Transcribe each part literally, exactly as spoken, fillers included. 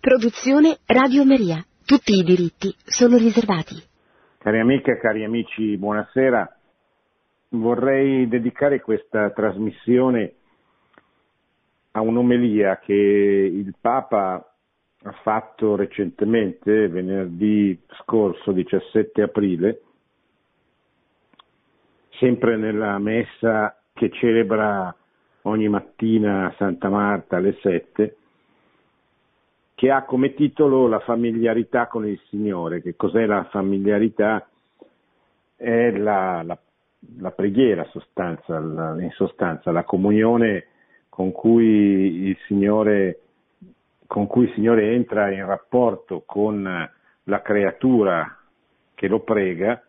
Produzione Radio Maria. Tutti i diritti sono riservati. Cari amiche e cari amici, buonasera. Vorrei dedicare questa trasmissione a un'omelia che il Papa ha fatto recentemente, venerdì scorso, diciassette aprile, sempre nella messa che celebra ogni mattina a Santa Marta alle sette, che ha come titolo La familiarità con il Signore. Che cos'è la familiarità? È la, la, la preghiera, sostanza, la, in sostanza, la comunione con cui il Signore, con cui il Signore entra in rapporto con la creatura che lo prega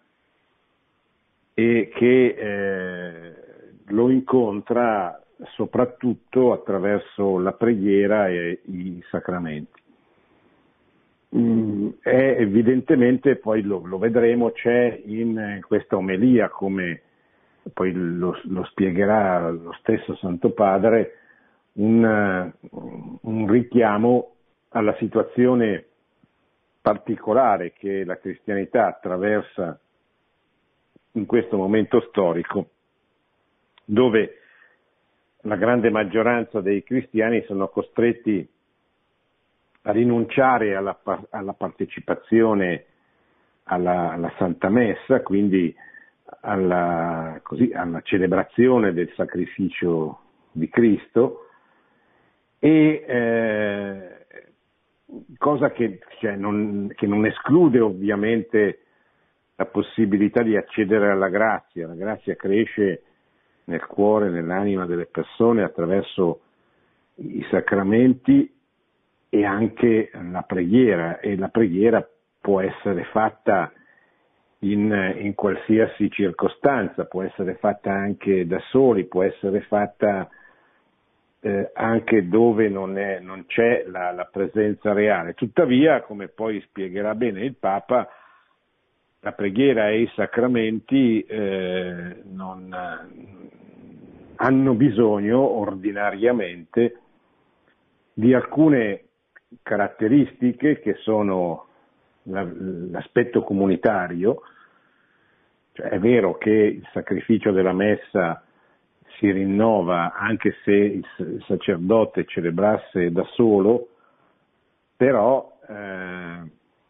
e che eh, lo incontra soprattutto attraverso la preghiera e i sacramenti. Mm, è evidentemente, poi lo, lo vedremo, c'è in questa omelia, come poi lo, lo spiegherà lo stesso Santo Padre, un, un richiamo alla situazione particolare che la cristianità attraversa in questo momento storico, dove la grande maggioranza dei cristiani sono costretti a rinunciare alla, alla partecipazione alla, alla Santa Messa, quindi alla, così, alla celebrazione del sacrificio di Cristo, e eh, cosa che, cioè, non, che non esclude ovviamente la possibilità di accedere alla grazia. La grazia cresce nel cuore, nell'anima delle persone attraverso i sacramenti e anche la preghiera, e la preghiera può essere fatta in, in qualsiasi circostanza, può essere fatta anche da soli, può essere fatta eh, anche dove non, è, non c'è la, la presenza reale. Tuttavia, come poi spiegherà bene il Papa, la preghiera e i sacramenti eh, non hanno bisogno ordinariamente di alcune caratteristiche che sono la, l'aspetto comunitario. Cioè, è vero che il sacrificio della messa si rinnova anche se il, il sacerdote celebrasse da solo, però eh,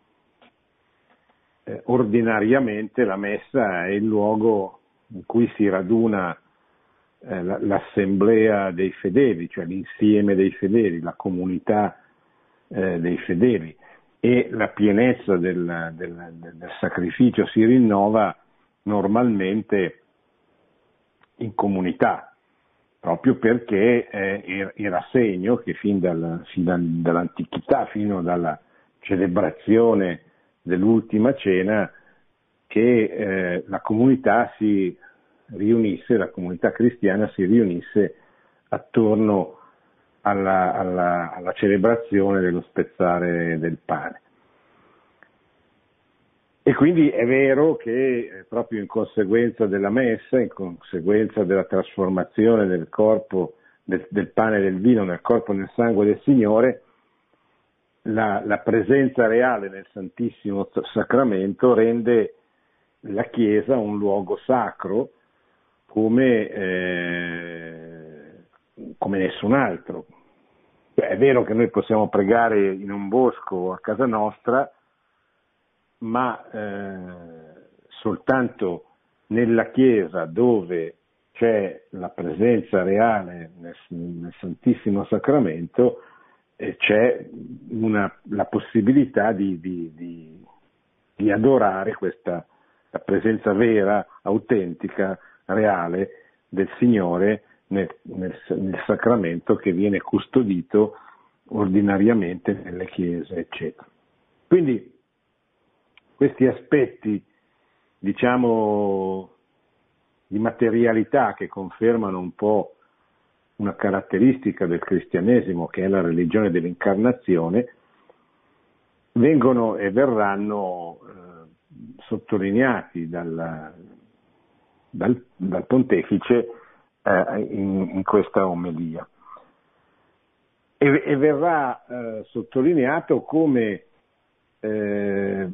eh, ordinariamente la messa è il luogo in cui si raduna eh, la, l'assemblea dei fedeli, cioè l'insieme dei fedeli, la comunità eh, dei fedeli, e la pienezza del, del, del sacrificio si rinnova normalmente in comunità, proprio perché eh, era segno che fin, dal, fin dal, dall'antichità, fino dalla celebrazione dell'ultima cena, che eh, la comunità si riunisse, la comunità cristiana si riunisse attorno alla, alla, alla celebrazione dello spezzare del pane. E quindi è vero che eh, proprio in conseguenza della messa, in conseguenza della trasformazione del corpo, del, del pane e del vino nel corpo e nel sangue del Signore, la, la presenza reale nel Santissimo Sacramento rende la Chiesa un luogo sacro come, eh, come nessun altro. È vero che noi possiamo pregare in un bosco o a casa nostra, ma eh, soltanto nella Chiesa, dove c'è la presenza reale nel, nel Santissimo Sacramento, eh, c'è una, la possibilità di, di, di, di adorare questa la presenza vera, autentica, reale del Signore nel, nel, nel sacramento che viene custodito ordinariamente nelle chiese, eccetera. Quindi questi aspetti, diciamo, di materialità che confermano un po' una caratteristica del cristianesimo, che è la religione dell'incarnazione, vengono e verranno eh, sottolineati dal, dal, dal pontefice eh, in, in questa omelia. e, e verrà eh, sottolineato come eh,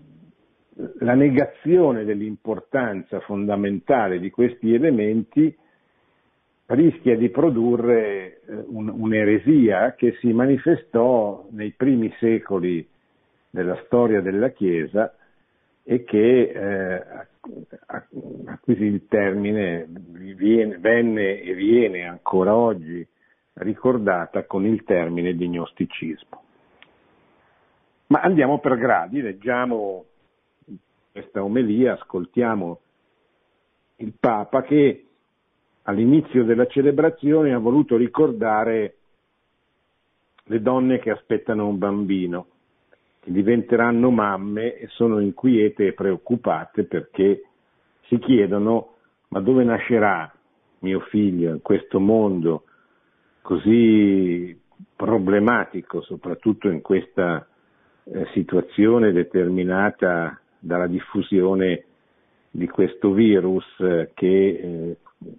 la negazione dell'importanza fondamentale di questi elementi rischia di produrre eh, un, un'eresia che si manifestò nei primi secoli della storia della Chiesa e che eh, acquisì il termine, viene, venne e viene ancora oggi ricordata con il termine di gnosticismo. Ma andiamo per gradi, leggiamo questa omelia, ascoltiamo il Papa che all'inizio della celebrazione ha voluto ricordare le donne che aspettano un bambino, che diventeranno mamme e sono inquiete e preoccupate perché si chiedono: ma dove nascerà mio figlio in questo mondo così problematico, soprattutto in questa eh, situazione determinata dalla diffusione di questo virus eh, che eh,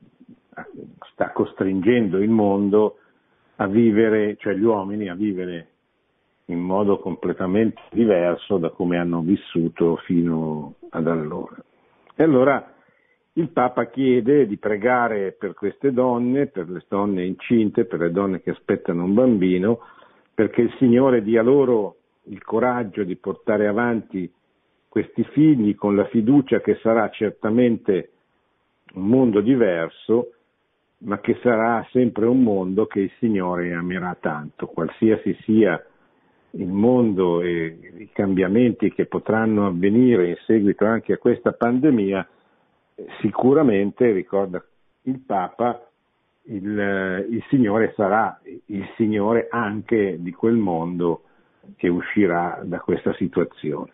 sta costringendo il mondo a vivere, cioè gli uomini a vivere in modo completamente diverso da come hanno vissuto fino ad allora. E allora il Papa chiede di pregare per queste donne, per le donne incinte, per le donne che aspettano un bambino, perché il Signore dia loro il coraggio di portare avanti questi figli con la fiducia che sarà certamente un mondo diverso, ma che sarà sempre un mondo che il Signore amerà tanto, qualsiasi sia il mondo e i cambiamenti che potranno avvenire in seguito anche a questa pandemia. Sicuramente, ricorda il Papa, il, il Signore sarà il Signore anche di quel mondo che uscirà da questa situazione.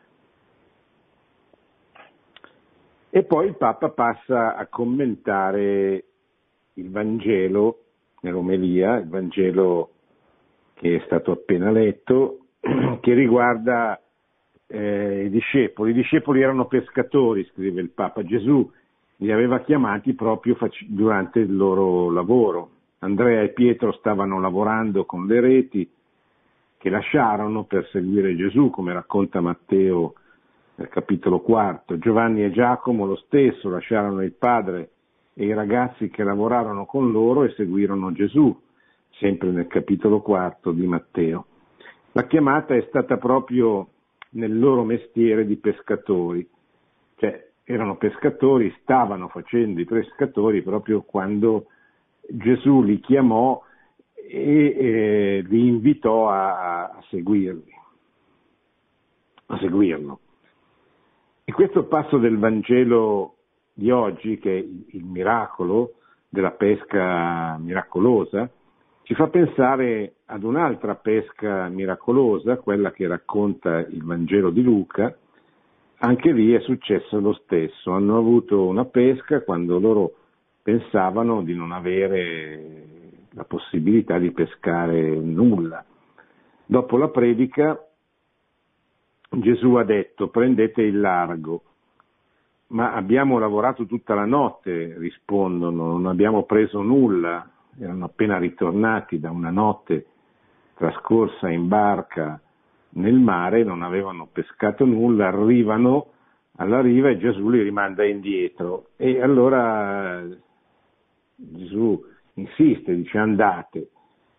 E poi il Papa passa a commentare il Vangelo nell'omelia, il Vangelo che è stato appena letto, che riguarda eh, i discepoli. I discepoli erano pescatori, scrive il Papa. Gesù li aveva chiamati proprio fac- durante il loro lavoro. Andrea e Pietro stavano lavorando con le reti che lasciarono per seguire Gesù, come racconta Matteo nel capitolo quarto. Giovanni e Giacomo lo stesso lasciarono il padre e i ragazzi che lavorarono con loro e seguirono Gesù, sempre nel capitolo quarto di Matteo. La chiamata è stata proprio nel loro mestiere di pescatori, cioè erano pescatori, stavano facendo i pescatori proprio quando Gesù li chiamò e eh, li invitò a, a seguirli, a seguirlo. E questo passo del Vangelo di oggi, che è il miracolo della pesca miracolosa, ci fa pensare ad un'altra pesca miracolosa, quella che racconta il Vangelo di Luca. Anche lì è successo lo stesso, hanno avuto una pesca quando loro pensavano di non avere la possibilità di pescare nulla. Dopo la predica Gesù ha detto: prendete il largo. Ma abbiamo lavorato tutta la notte, rispondono, non abbiamo preso nulla. Erano appena ritornati da una notte trascorsa in barca nel mare, non avevano pescato nulla, arrivano alla riva e Gesù li rimanda indietro. E allora Gesù insiste, dice: andate.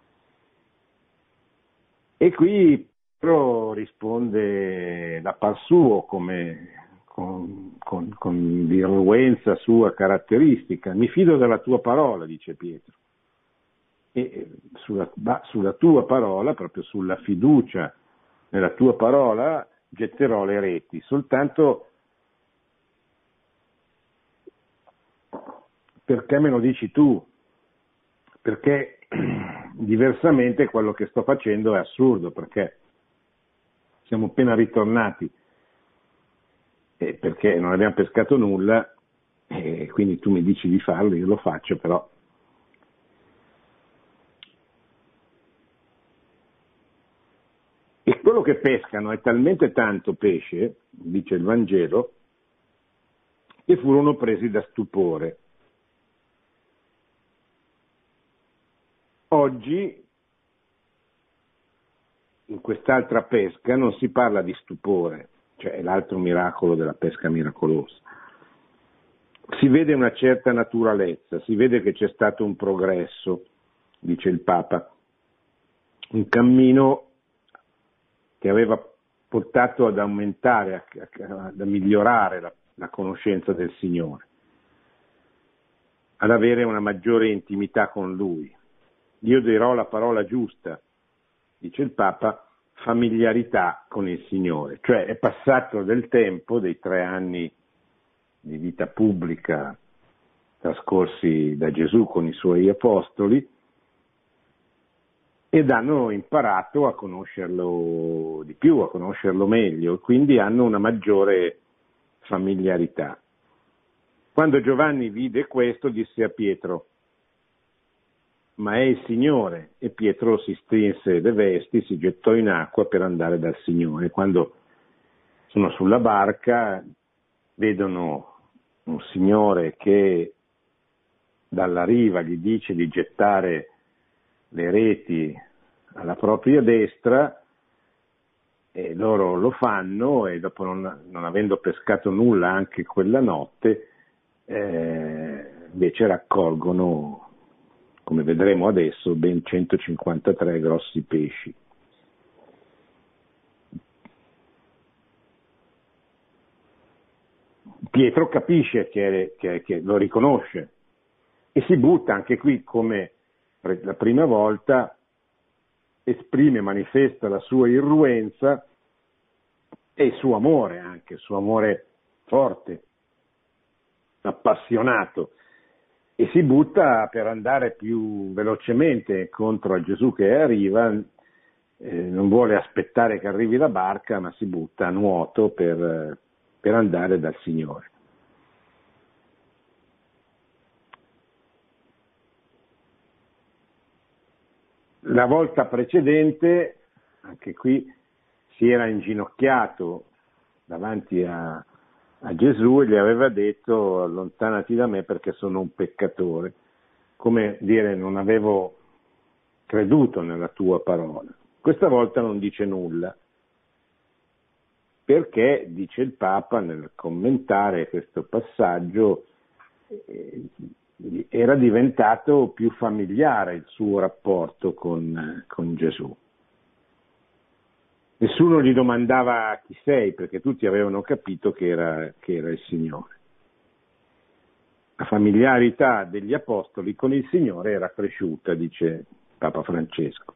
E qui però risponde da par suo, come con, con, con l'irruenza sua caratteristica: mi fido della tua parola, dice Pietro. E sulla, sulla tua parola, proprio sulla fiducia nella tua parola, getterò le reti. Soltanto perché me lo dici tu? Perché diversamente quello che sto facendo è assurdo, perché siamo appena ritornati e perché non abbiamo pescato nulla e quindi tu mi dici di farlo, io lo faccio, però e quello che pescano è talmente tanto pesce, dice il Vangelo, che furono presi da stupore. Oggi in quest'altra pesca non si parla di stupore, cioè è l'altro miracolo della pesca miracolosa. Si vede una certa naturalezza, si vede che c'è stato un progresso, dice il Papa, un cammino che aveva portato ad aumentare, a, a, ad migliorare la, la conoscenza del Signore, ad avere una maggiore intimità con Lui. Io dirò la parola giusta, dice il Papa, familiarità con il Signore, cioè è passato del tempo, dei tre anni di vita pubblica trascorsi da Gesù con i suoi apostoli, ed hanno imparato a conoscerlo di più, a conoscerlo meglio, quindi hanno una maggiore familiarità. Quando Giovanni vide questo, disse a Pietro: ma è il Signore. E Pietro si strinse le vesti, si gettò in acqua per andare dal Signore. Quando sono sulla barca, vedono un signore che dalla riva gli dice di gettare le reti alla propria destra, e loro lo fanno, e dopo non, non avendo pescato nulla anche quella notte, eh, invece raccolgono, come vedremo adesso, ben centocinquantatré grossi pesci. Pietro capisce che, che, che lo riconosce e si butta anche qui, come la prima volta, esprime, manifesta la sua irruenza e il suo amore, anche il suo amore forte, appassionato, e si butta per andare più velocemente contro a Gesù che arriva, eh, non vuole aspettare che arrivi la barca, ma si butta a nuoto per, per andare dal Signore. La volta precedente, anche qui, si era inginocchiato davanti a, a Gesù e gli aveva detto: allontanati da me perché sono un peccatore, come dire, non avevo creduto nella tua parola. Questa volta non dice nulla, perché, dice il Papa nel commentare questo passaggio, eh, era diventato più familiare il suo rapporto con, con Gesù. Nessuno gli domandava chi sei, perché tutti avevano capito che era, che era il Signore. La familiarità degli apostoli con il Signore era cresciuta, dice Papa Francesco.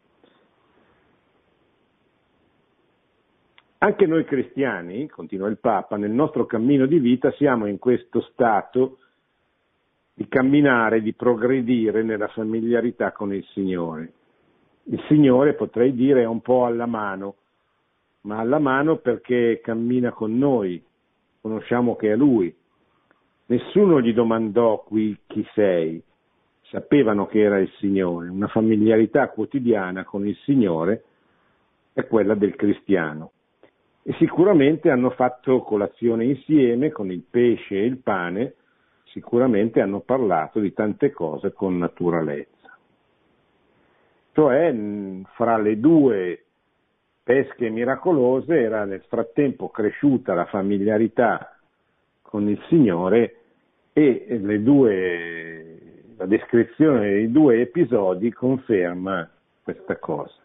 Anche noi cristiani, continua il Papa, nel nostro cammino di vita siamo in questo stato di camminare, di progredire nella familiarità con il Signore. Il Signore, potrei dire, è un po' alla mano, ma alla mano perché cammina con noi, conosciamo che è Lui. Nessuno gli domandò qui chi sei, sapevano che era il Signore. Una familiarità quotidiana con il Signore è quella del cristiano. E sicuramente hanno fatto colazione insieme con il pesce e il pane, sicuramente hanno parlato di tante cose con naturalezza. Cioè, fra le due pesche miracolose era nel frattempo cresciuta la familiarità con il Signore, e le due, la descrizione dei due episodi conferma questa cosa.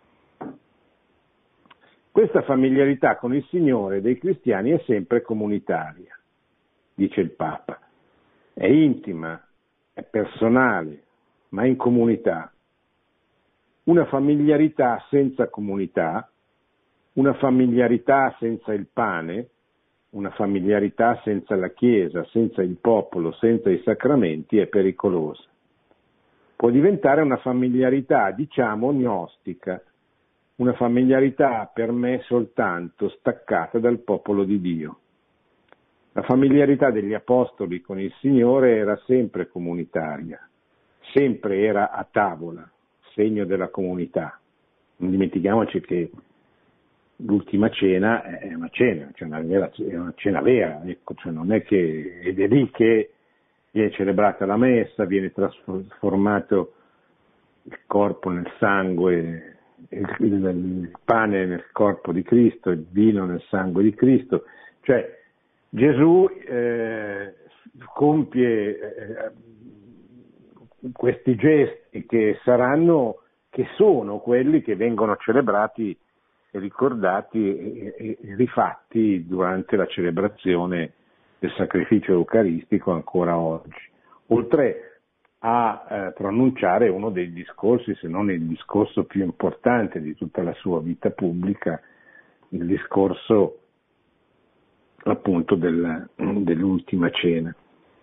Questa familiarità con il Signore dei cristiani è sempre comunitaria, dice il Papa. È intima, è personale, ma è in comunità. Una familiarità senza comunità, una familiarità senza il pane, una familiarità senza la Chiesa, senza il popolo, senza i sacramenti è pericolosa. Può diventare una familiarità, diciamo, gnostica, una familiarità per me soltanto staccata dal popolo di Dio. La familiarità degli apostoli con il Signore era sempre comunitaria, sempre era a tavola, segno della comunità. Non dimentichiamoci che l'ultima cena è una cena, cioè una, vera, è una cena vera, ecco, cioè non è che ed è lì che viene celebrata la messa, viene trasformato il corpo nel sangue il, il, il pane nel corpo di Cristo, il vino nel sangue di Cristo, cioè Gesù eh, compie eh, questi gesti che saranno, che sono quelli che vengono celebrati e ricordati e, e, e rifatti durante la celebrazione del sacrificio eucaristico ancora oggi, oltre a eh, pronunciare uno dei discorsi, se non il discorso più importante di tutta la sua vita pubblica, il discorso appunto del, dell'ultima cena.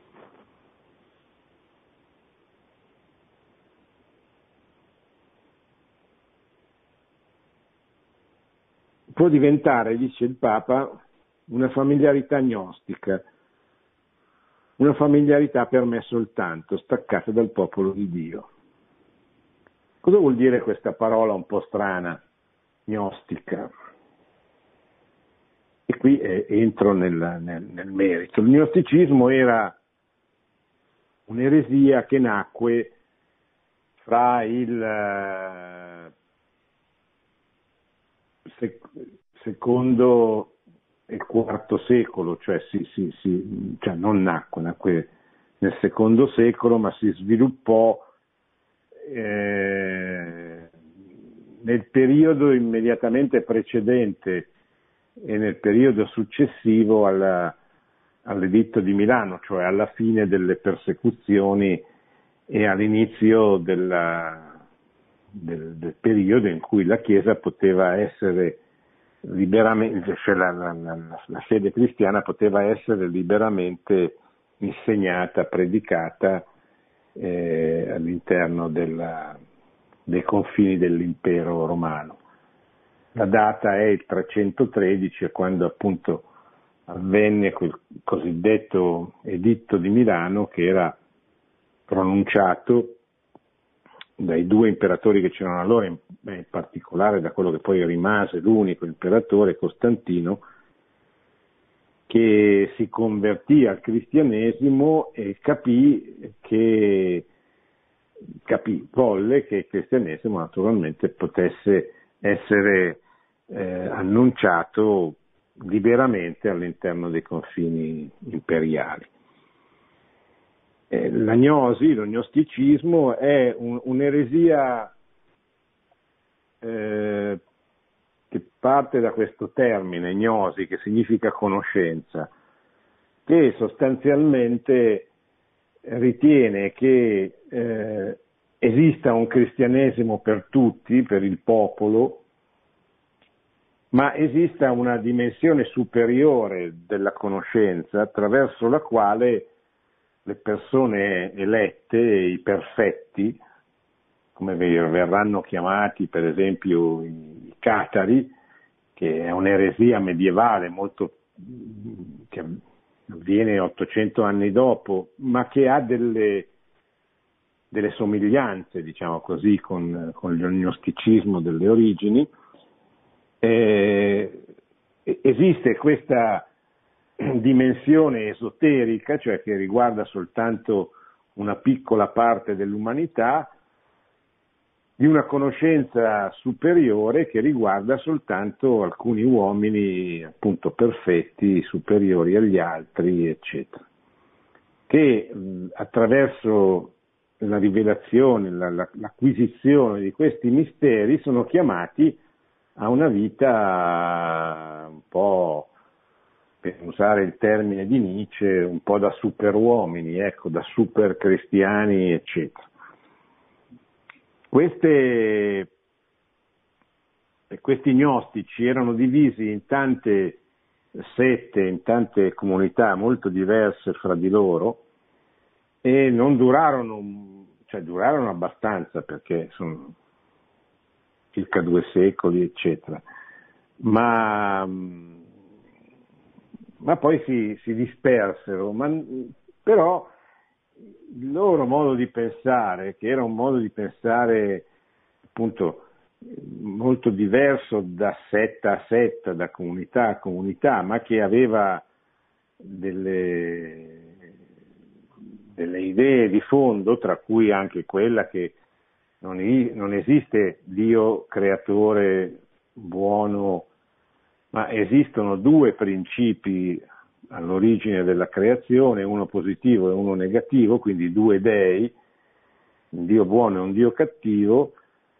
Può diventare, dice il Papa, una familiarità gnostica, una familiarità per me soltanto, staccata dal popolo di Dio. Cosa vuol dire questa parola un po' strana, gnostica? E qui eh, entro nel, nel, nel merito. Il gnosticismo era un'eresia che nacque fra il eh, sec- secondo e il quarto secolo, cioè, si, si, si, cioè non nacque, nacque nel secondo secolo, ma si sviluppò eh, nel periodo immediatamente precedente e nel periodo successivo alla, all'editto di Milano, cioè alla fine delle persecuzioni e all'inizio della, del, del periodo in cui la Chiesa poteva essere liberamente, cioè la, la, la, la fede cristiana poteva essere liberamente insegnata, predicata eh, all'interno della, dei confini dell'impero romano. La data è il trecentotredici, quando appunto avvenne quel cosiddetto editto di Milano, che era pronunciato dai due imperatori che c'erano allora, in, in particolare da quello che poi rimase l'unico imperatore, Costantino, che si convertì al cristianesimo e capì che capì, volle che il cristianesimo naturalmente potesse essere eh, annunciato liberamente all'interno dei confini imperiali. Eh, la gnosi, lo gnosticismo è un, un'eresia eh, che parte da questo termine, gnosi, che significa conoscenza, che sostanzialmente ritiene che eh, esista un cristianesimo per tutti, per il popolo, ma esista una dimensione superiore della conoscenza attraverso la quale le persone elette, i perfetti, come verranno chiamati per esempio i catari, che è un'eresia medievale molto, che avviene ottocento anni dopo, ma che ha delle, delle somiglianze, diciamo così, con, con il gnosticismo delle origini. Eh, esiste questa dimensione esoterica, cioè che riguarda soltanto una piccola parte dell'umanità, di una conoscenza superiore che riguarda soltanto alcuni uomini appunto perfetti, superiori agli altri, eccetera, che mh, attraverso la rivelazione, la, la, l'acquisizione di questi misteri sono chiamati a una vita un po', per usare il termine di Nietzsche, un po' da superuomini, ecco, da super cristiani, eccetera. Queste, questi gnostici erano divisi in tante sette, in tante comunità molto diverse fra di loro e non durarono, cioè durarono abbastanza, perché sono circa due secoli, eccetera, ma, ma poi si, si dispersero, ma, però il loro modo di pensare, che era un modo di pensare appunto molto diverso da setta a setta, da comunità a comunità, ma che aveva delle, delle idee di fondo, tra cui anche quella che non, non esiste Dio creatore buono, ma esistono due principi all'origine della creazione, uno positivo e uno negativo, quindi due dei, un Dio buono e un Dio cattivo,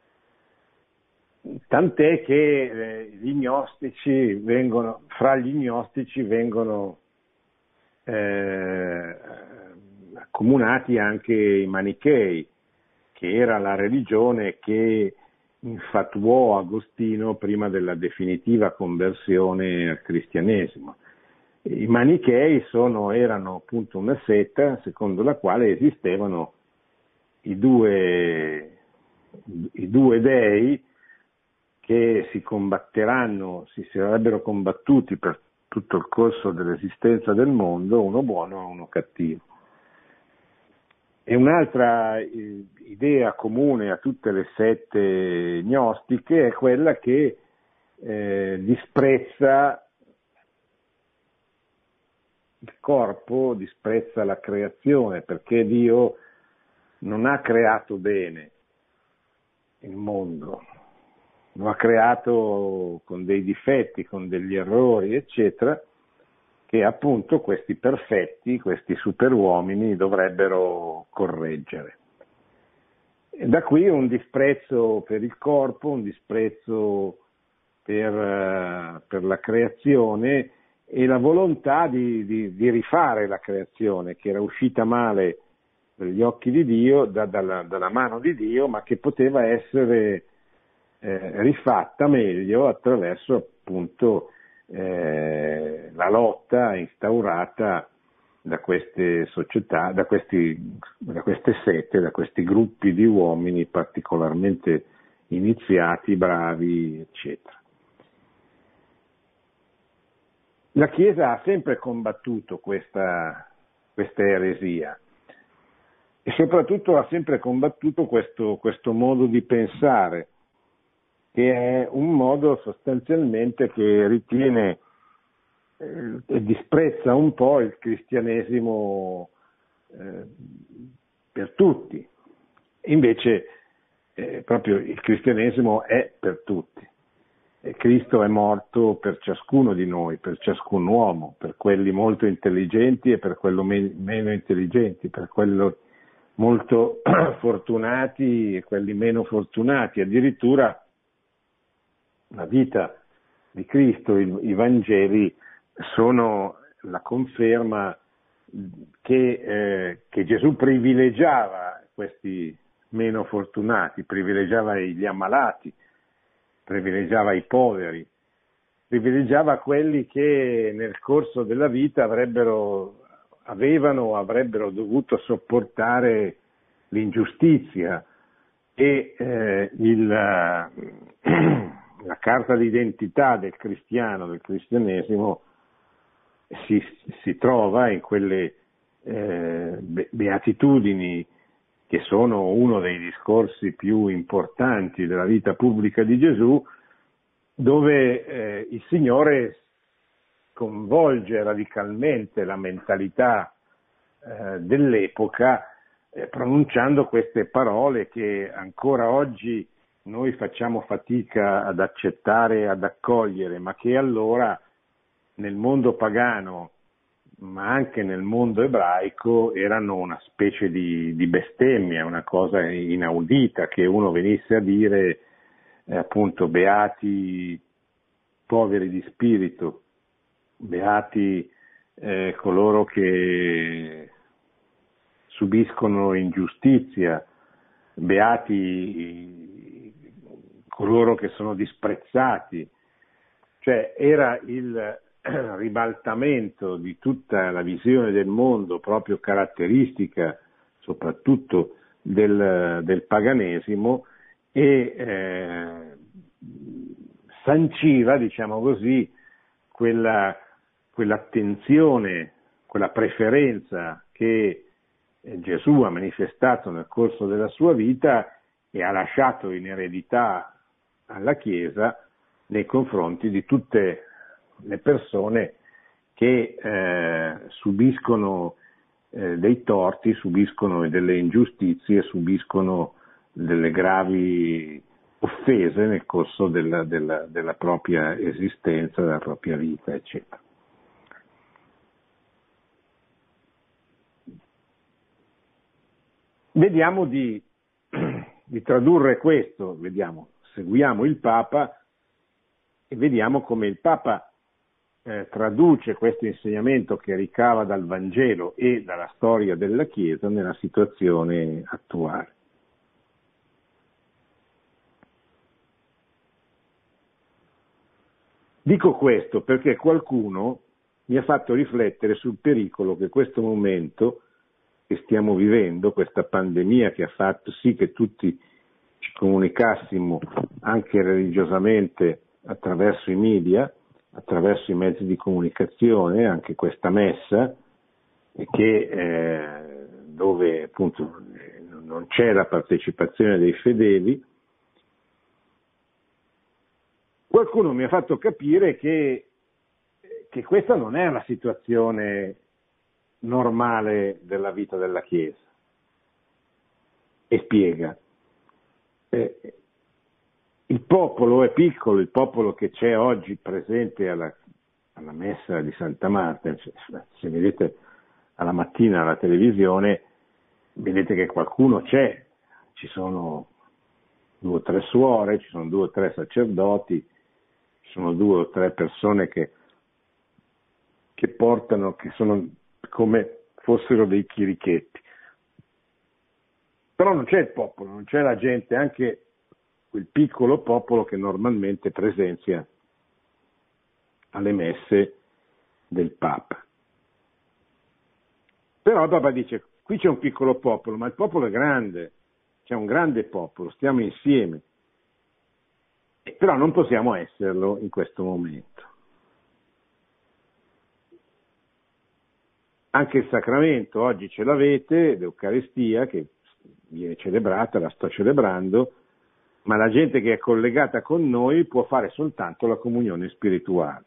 tant'è che eh, gli gnostici vengono, fra gli gnostici vengono eh, accomunati anche i manichei, che era la religione che infatuò Agostino prima della definitiva conversione al cristianesimo. I manichei sono, erano appunto una setta secondo la quale esistevano i due, i due dei che si combatteranno, si sarebbero combattuti per tutto il corso dell'esistenza del mondo, uno buono e uno cattivo. E un'altra idea comune a tutte le sette gnostiche è quella che eh, disprezza il corpo, disprezza la creazione, perché Dio non ha creato bene il mondo, lo ha creato con dei difetti, con degli errori, eccetera, che appunto questi perfetti, questi superuomini dovrebbero correggere. E da qui un disprezzo per il corpo, un disprezzo per, uh, per la creazione e la volontà di, di, di rifare la creazione, che era uscita male dagli occhi di Dio, da, dalla, dalla mano di Dio, ma che poteva essere eh, rifatta meglio attraverso appunto Eh, la lotta instaurata da queste società, da, questi, da queste sette, da questi gruppi di uomini particolarmente iniziati, bravi, eccetera. La Chiesa ha sempre combattuto questa, questa eresia e soprattutto ha sempre combattuto questo, questo modo di pensare, che è un modo sostanzialmente che ritiene eh, e disprezza un po' il cristianesimo eh, per tutti. Invece eh, proprio il cristianesimo è per tutti. E Cristo è morto per ciascuno di noi, per ciascun uomo, per quelli molto intelligenti e per quelli me- meno intelligenti, per quelli molto fortunati e quelli meno fortunati. Addirittura la vita di Cristo, i, i Vangeli, sono la conferma che, eh, che Gesù privilegiava questi meno fortunati, privilegiava gli ammalati, privilegiava i poveri, privilegiava quelli che nel corso della vita avrebbero, avevano o avrebbero dovuto sopportare l'ingiustizia e eh, il... La carta d'identità del cristiano, del cristianesimo, si, si trova in quelle eh, beatitudini che sono uno dei discorsi più importanti della vita pubblica di Gesù, dove eh, il Signore sconvolge radicalmente la mentalità eh, dell'epoca, eh, pronunciando queste parole che ancora oggi noi facciamo fatica ad accettare, ad accogliere, ma che allora nel mondo pagano, ma anche nel mondo ebraico, erano una specie di, di bestemmia, una cosa inaudita, che uno venisse a dire eh, appunto beati poveri di spirito, beati eh, coloro che subiscono ingiustizia, beati coloro che sono disprezzati, cioè era il ribaltamento di tutta la visione del mondo proprio caratteristica soprattutto del, del paganesimo e eh, sanciva, diciamo così, quella, quell'attenzione, quella preferenza che Gesù ha manifestato nel corso della sua vita e ha lasciato in eredità alla Chiesa nei confronti di tutte le persone che eh, subiscono eh, dei torti, subiscono delle ingiustizie, subiscono delle gravi offese nel corso della, della, della propria esistenza, della propria vita, eccetera. Vediamo di, di tradurre questo, vediamo, seguiamo il Papa e vediamo come il Papa eh, traduce questo insegnamento che ricava dal Vangelo e dalla storia della Chiesa nella situazione attuale. Dico questo perché qualcuno mi ha fatto riflettere sul pericolo che questo momento che stiamo vivendo, questa pandemia che ha fatto sì che tutti ci comunicassimo anche religiosamente attraverso i media, attraverso i mezzi di comunicazione, anche questa messa, che, eh, dove appunto non c'è la partecipazione dei fedeli. Qualcuno mi ha fatto capire che, che questa non è la situazione normale della vita della Chiesa, e spiega. Eh, il popolo è piccolo, il popolo che c'è oggi presente alla, alla messa di Santa Marta, se vedete alla mattina alla televisione, vedete che qualcuno c'è, ci sono due o tre suore, ci sono due o tre sacerdoti, ci sono due o tre persone che, che portano, che sono come fossero dei chirichetti. Però non c'è il popolo, non c'è la gente, anche quel piccolo popolo che normalmente presenzia alle messe del Papa. Però il Papa dice, qui c'è un piccolo popolo, ma il popolo è grande, c'è un grande popolo, stiamo insieme, però non possiamo esserlo in questo momento. Anche il sacramento, oggi ce l'avete, l'Eucaristia, che viene celebrata, la sto celebrando, ma la gente che è collegata con noi può fare soltanto la comunione spirituale.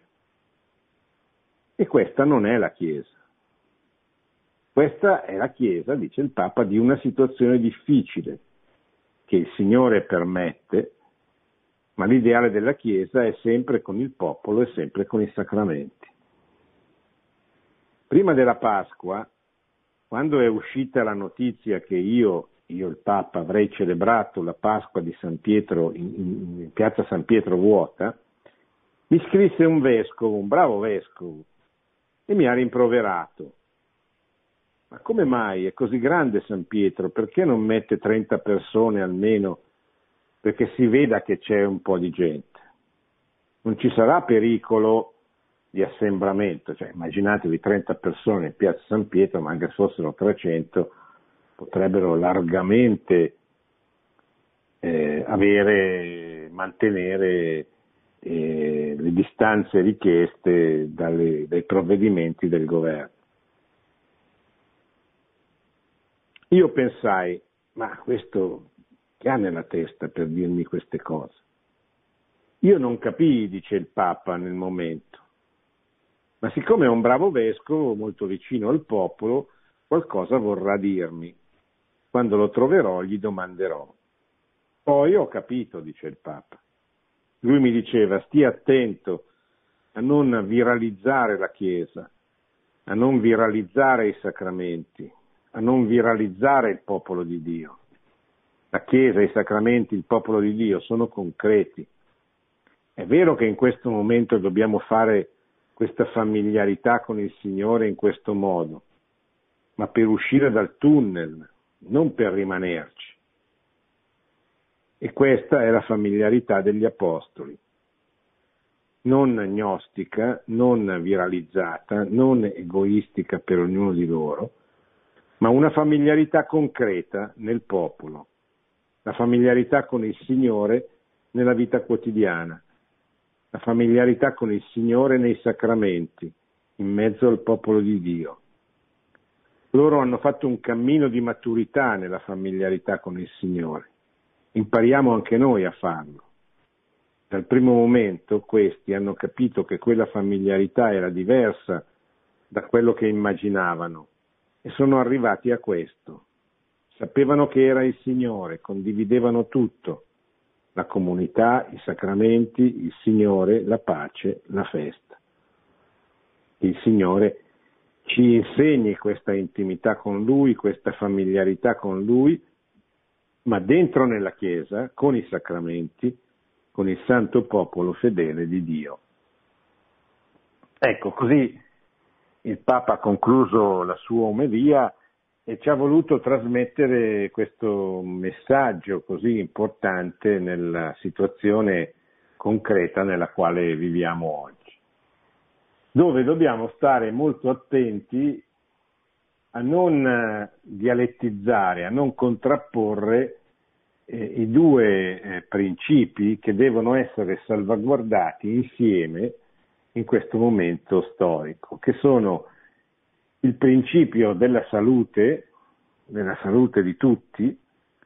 E questa non è la Chiesa. Questa è la Chiesa, dice il Papa, di una situazione difficile, che il Signore permette, ma l'ideale della Chiesa è sempre con il popolo e sempre con i sacramenti. Prima della Pasqua, quando è uscita la notizia che io, io il Papa, avrei celebrato la Pasqua di San Pietro in, in, in piazza San Pietro vuota, mi scrisse un vescovo, un bravo vescovo, e mi ha rimproverato. Ma come mai è così grande San Pietro? Perché non mette trenta persone almeno perché si veda che c'è un po' di gente? Non ci sarà pericolo di assembramento, cioè immaginatevi trenta persone in piazza San Pietro, ma anche se fossero trecento potrebbero largamente eh, avere, mantenere eh, le distanze richieste dalle, dai provvedimenti del governo. Io pensai, ma questo che ha nella testa per dirmi queste cose? Io non capii, dice il Papa nel momento, ma siccome è un bravo vescovo, molto vicino al popolo, qualcosa vorrà dirmi. Quando lo troverò gli domanderò. Poi ho capito, dice il Papa. Lui mi diceva, stia attento a non viralizzare la Chiesa, a non viralizzare i sacramenti, a non viralizzare il popolo di Dio. La Chiesa, i sacramenti, il popolo di Dio sono concreti. È vero che in questo momento dobbiamo fare questa familiarità con il Signore in questo modo, ma per uscire dal tunnel, non per rimanerci. E questa è la familiarità degli Apostoli, non gnostica, non viralizzata, non egoistica per ognuno di loro, ma una familiarità concreta nel popolo, la familiarità con il Signore nella vita quotidiana, la familiarità con il Signore nei sacramenti, in mezzo al popolo di Dio. Loro hanno fatto un cammino di maturità nella familiarità con il Signore. Impariamo anche noi a farlo. Dal primo momento questi hanno capito che quella familiarità era diversa da quello che immaginavano e sono arrivati a questo. sapevano che era il Signore, condividevano tutto, la comunità, i sacramenti, il Signore, la pace, la festa. Il Signore ci insegni questa intimità con Lui, questa familiarità con Lui, ma dentro nella Chiesa, con i sacramenti, con il santo popolo fedele di Dio. Ecco, così il Papa ha concluso la sua omelia e ci ha voluto trasmettere questo messaggio così importante nella situazione concreta nella quale viviamo oggi, dove dobbiamo stare molto attenti a non dialettizzare, a non contrapporre eh, i due eh, principi che devono essere salvaguardati insieme in questo momento storico, che sono il principio della salute, della salute di tutti,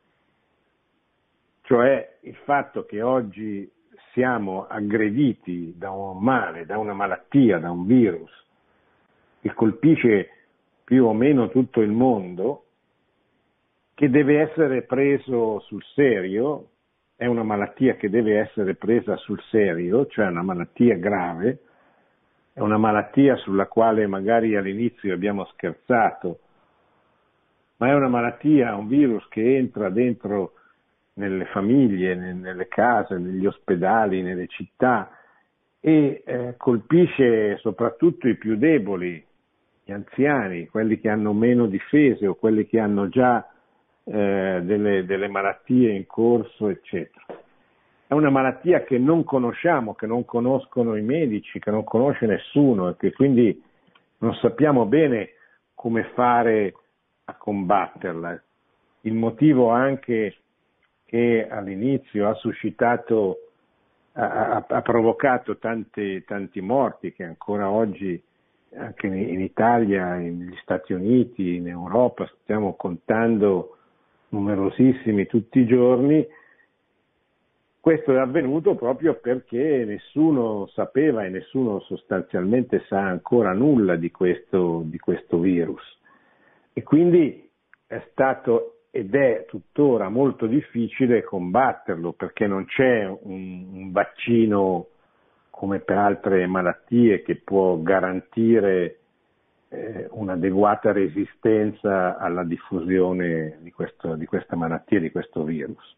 cioè il fatto che oggi siamo aggrediti da un male, da una malattia, da un virus che colpisce più o meno tutto il mondo, che deve essere preso sul serio, è una malattia che deve essere presa sul serio, cioè una malattia grave, è una malattia sulla quale magari all'inizio abbiamo scherzato, ma è una malattia, un virus che entra dentro nelle famiglie, nelle case, negli ospedali, nelle città e eh, colpisce soprattutto i più deboli, gli anziani, quelli che hanno meno difese o quelli che hanno già eh, delle, delle malattie in corso, eccetera. È una malattia che non conosciamo, che non conoscono i medici, che non conosce nessuno e che quindi non sappiamo bene come fare a combatterla. Il motivo anche che all'inizio ha suscitato, ha, ha provocato tanti, tanti morti che ancora oggi anche in Italia, negli Stati Uniti, in Europa stiamo contando numerosissimi tutti i giorni. Questo è avvenuto proprio perché nessuno sapeva e nessuno sostanzialmente sa ancora nulla di questo, di questo virus. E quindi è stato ed è tuttora molto difficile combatterlo perché non c'è un, un vaccino come per altre malattie che può garantire eh, un'adeguata resistenza alla diffusione di, questo, di questa malattia, di questo virus.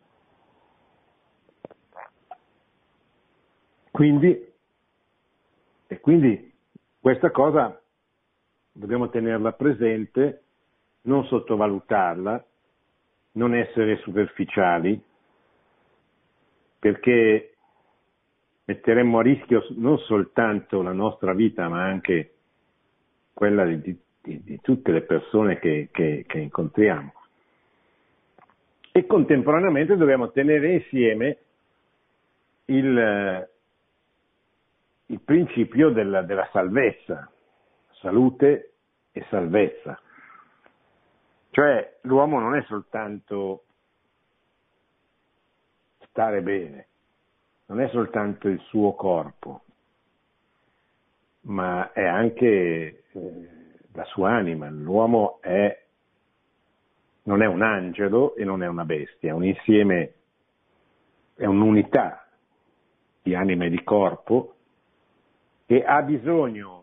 Quindi, e quindi questa cosa dobbiamo tenerla presente, non sottovalutarla, non essere superficiali, perché metteremmo a rischio non soltanto la nostra vita, ma anche quella di, di, di tutte le persone che, che, che incontriamo. E contemporaneamente dobbiamo tenere insieme il, il principio della, della salvezza, salute e salvezza. Cioè l'uomo non è soltanto stare bene, non è soltanto il suo corpo, ma è anche eh, la sua anima. L'uomo è, non è un angelo e non è una bestia, è un insieme, è un'unità di anima e di corpo e ha bisogno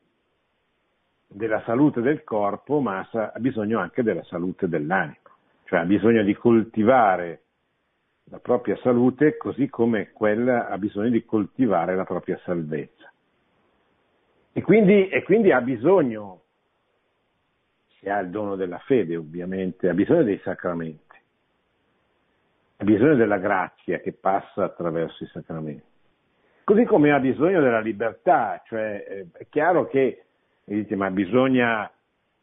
della salute del corpo, ma ha bisogno anche della salute dell'anima, cioè ha bisogno di coltivare la propria salute così come quella ha bisogno di coltivare la propria salvezza. E quindi, e quindi ha bisogno, se ha il dono della fede ovviamente, ha bisogno dei sacramenti, ha bisogno della grazia che passa attraverso i sacramenti. Così come ha bisogno della libertà, cioè eh, è chiaro che, dite, ma bisogna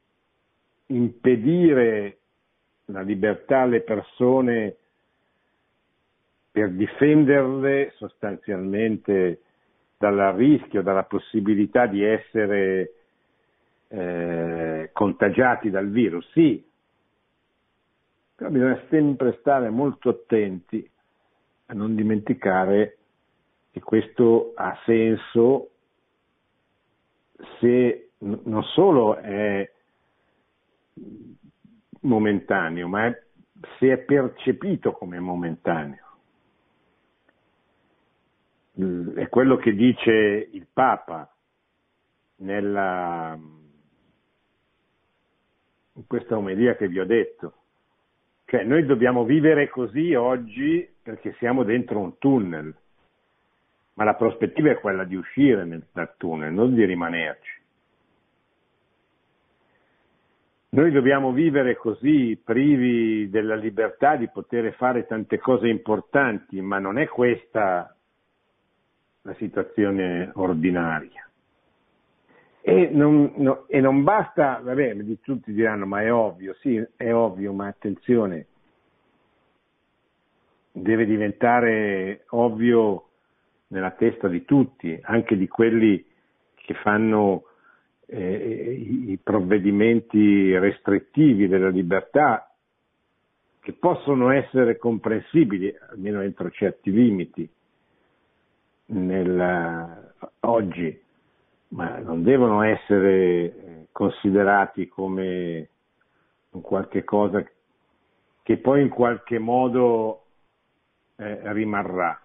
impedire la libertà alle persone per difenderle sostanzialmente dal rischio, dalla possibilità di essere eh, contagiati dal virus, sì, però bisogna sempre stare molto attenti a non dimenticare che questo ha senso se n- non solo è momentaneo, ma è, se è percepito come momentaneo. È quello che dice il Papa nella, in questa omelia che vi ho detto. Cioè noi dobbiamo vivere così oggi perché siamo dentro un tunnel, ma la prospettiva è quella di uscire nel, dal tunnel, non di rimanerci. Noi dobbiamo vivere così, privi della libertà di poter fare tante cose importanti, ma non è questa la situazione ordinaria. E non, no, e non basta, vabbè, tutti diranno, ma è ovvio, sì, è ovvio, ma attenzione, deve diventare ovvio nella testa di tutti, anche di quelli che fanno eh, i provvedimenti restrittivi della libertà, che possono essere comprensibili, almeno entro certi limiti, nel, oggi, ma non devono essere considerati come un qualche cosa che poi in qualche modo eh, rimarrà.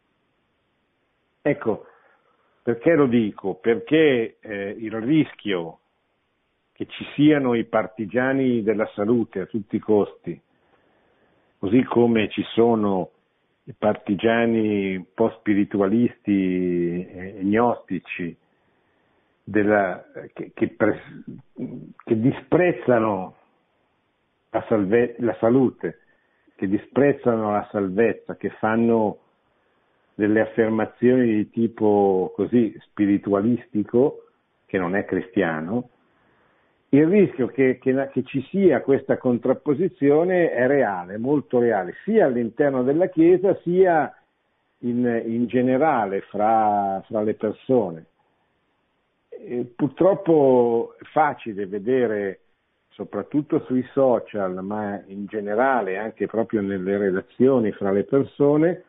Ecco, perché lo dico? Perché eh, il rischio che ci siano i partigiani della salute a tutti i costi, così come ci sono i partigiani un po' spiritualisti e gnostici della, che, che, pre, che disprezzano la, salve, la salute, che disprezzano la salvezza, che fanno delle affermazioni di tipo così spiritualistico, che non è cristiano. Il rischio che, che, che ci sia questa contrapposizione è reale, molto reale, sia all'interno della Chiesa sia in, in generale fra, fra le persone. E purtroppo è facile vedere, soprattutto sui social, ma in generale anche proprio nelle relazioni fra le persone,